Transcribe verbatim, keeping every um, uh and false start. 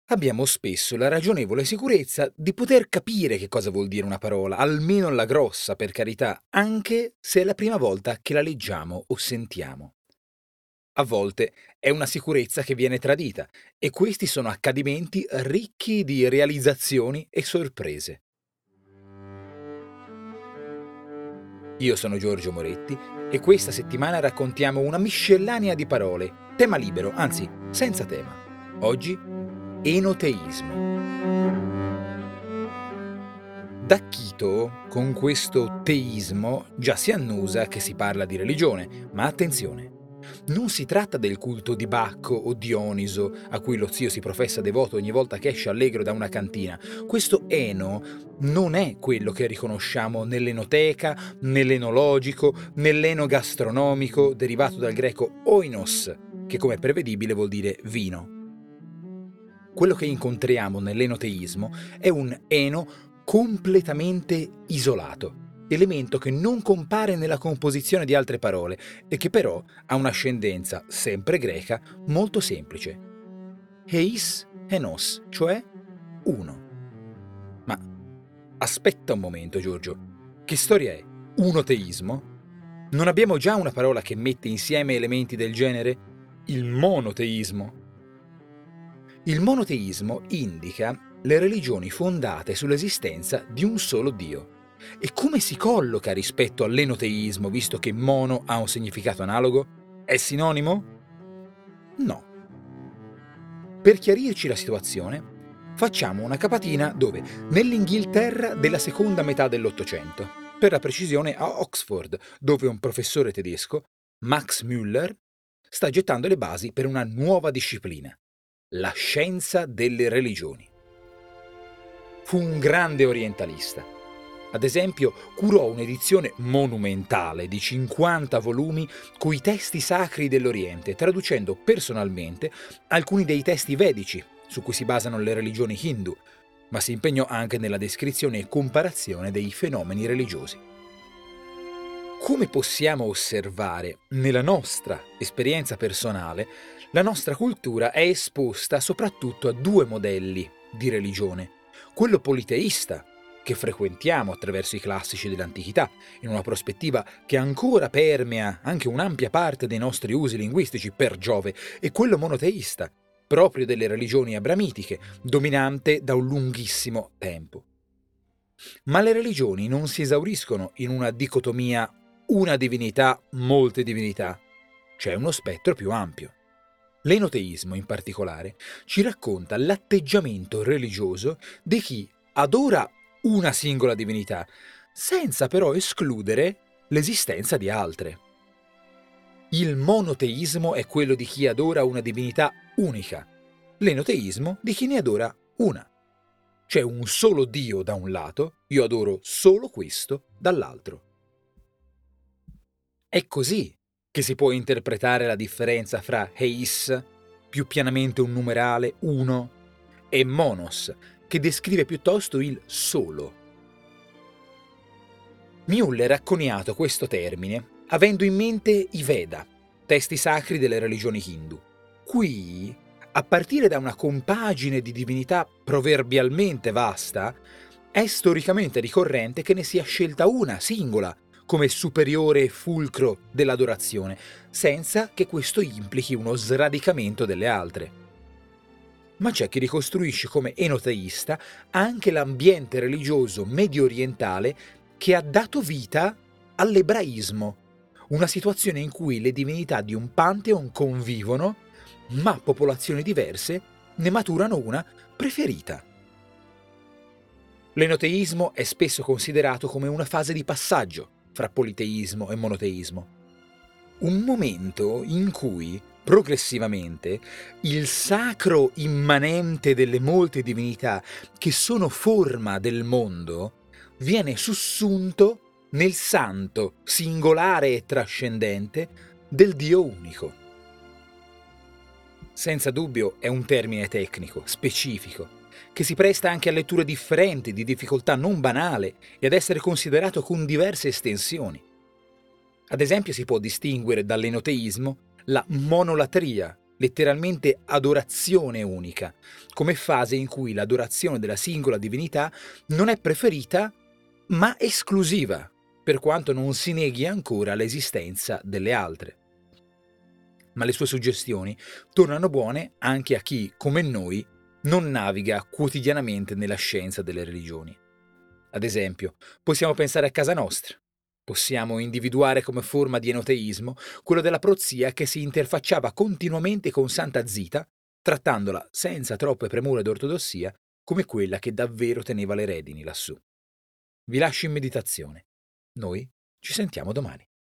Abbiamo spesso la ragionevole sicurezza di poter capire che cosa vuol dire una parola, almeno alla grossa, per carità, anche se è la prima volta che la leggiamo o sentiamo. A volte è una sicurezza che viene tradita e questi sono accadimenti ricchi di realizzazioni e sorprese. Io sono Giorgio Moretti e questa settimana raccontiamo una miscellanea di parole, tema libero, anzi senza tema. Oggi, enoteismo. Da Chito, con questo teismo, già si annusa che si parla di religione, ma attenzione! Non si tratta del culto di Bacco o Dioniso, a cui lo zio si professa devoto ogni volta che esce allegro da una cantina. Questo eno non è quello che riconosciamo nell'enoteca, nell'enologico, nell'enogastronomico, derivato dal greco oinos, che come prevedibile vuol dire vino. Quello che incontriamo nell'enoteismo è un eno completamente isolato, elemento che non compare nella composizione di altre parole e che però ha un'ascendenza, sempre greca, molto semplice. Heis enos, cioè uno. Ma aspetta un momento, Giorgio. Che storia è? Unoteismo? Non abbiamo già una parola che mette insieme elementi del genere? Il monoteismo. Il monoteismo indica le religioni fondate sull'esistenza di un solo Dio. E come si colloca rispetto all'enoteismo, visto che mono ha un significato analogo? È sinonimo? No. Per chiarirci la situazione, facciamo una capatina dove? Nell'Inghilterra della seconda metà dell'Ottocento, per la precisione a Oxford, dove un professore tedesco, Max Müller, sta gettando le basi per una nuova disciplina: la scienza delle religioni. Fu un grande orientalista. Ad esempio, curò un'edizione monumentale di cinquanta volumi coi testi sacri dell'Oriente, traducendo personalmente alcuni dei testi vedici su cui si basano le religioni hindu, ma si impegnò anche nella descrizione e comparazione dei fenomeni religiosi. Come possiamo osservare nella nostra esperienza personale, la nostra cultura è esposta soprattutto a due modelli di religione: quello politeista, che frequentiamo attraverso i classici dell'antichità, in una prospettiva che ancora permea anche un'ampia parte dei nostri usi linguistici, per Giove, e quello monoteista, proprio delle religioni abramitiche, dominante da un lunghissimo tempo. Ma le religioni non si esauriscono in una dicotomia una divinità, molte divinità. C'è uno spettro più ampio. L'enoteismo, in particolare, ci racconta l'atteggiamento religioso di chi adora una singola divinità, senza però escludere l'esistenza di altre. Il monoteismo è quello di chi adora una divinità unica, l'enoteismo di chi ne adora una. C'è un solo Dio da un lato, io adoro solo questo dall'altro. È così che si può interpretare la differenza fra heis, più pianamente un numerale, uno, e monos, che descrive piuttosto il solo. Müller ha coniato questo termine avendo in mente i Veda, testi sacri delle religioni hindu. Qui, a partire da una compagine di divinità proverbialmente vasta, è storicamente ricorrente che ne sia scelta una singola come superiore e fulcro dell'adorazione, senza che questo implichi uno sradicamento delle altre. Ma c'è chi ricostruisce come enoteista anche l'ambiente religioso medio orientale che ha dato vita all'ebraismo, una situazione in cui le divinità di un pantheon convivono, ma popolazioni diverse ne maturano una preferita. L'enoteismo è spesso considerato come una fase di passaggio fra politeismo e monoteismo. Un momento in cui, progressivamente, il sacro immanente delle molte divinità che sono forma del mondo viene sussunto nel santo, singolare e trascendente del Dio unico. Senza dubbio è un termine tecnico, specifico, che si presta anche a letture differenti, di difficoltà non banale e ad essere considerato con diverse estensioni. Ad esempio si può distinguere dall'enoteismo la monolatria, letteralmente adorazione unica, come fase in cui l'adorazione della singola divinità non è preferita ma esclusiva, per quanto non si neghi ancora l'esistenza delle altre. Ma le sue suggestioni tornano buone anche a chi, come noi, non naviga quotidianamente nella scienza delle religioni. Ad esempio, possiamo pensare a casa nostra. Possiamo individuare come forma di enoteismo quello della prozia che si interfacciava continuamente con Santa Zita, trattandola senza troppe premure d'ortodossia come quella che davvero teneva le redini lassù. Vi lascio in meditazione. Noi ci sentiamo domani.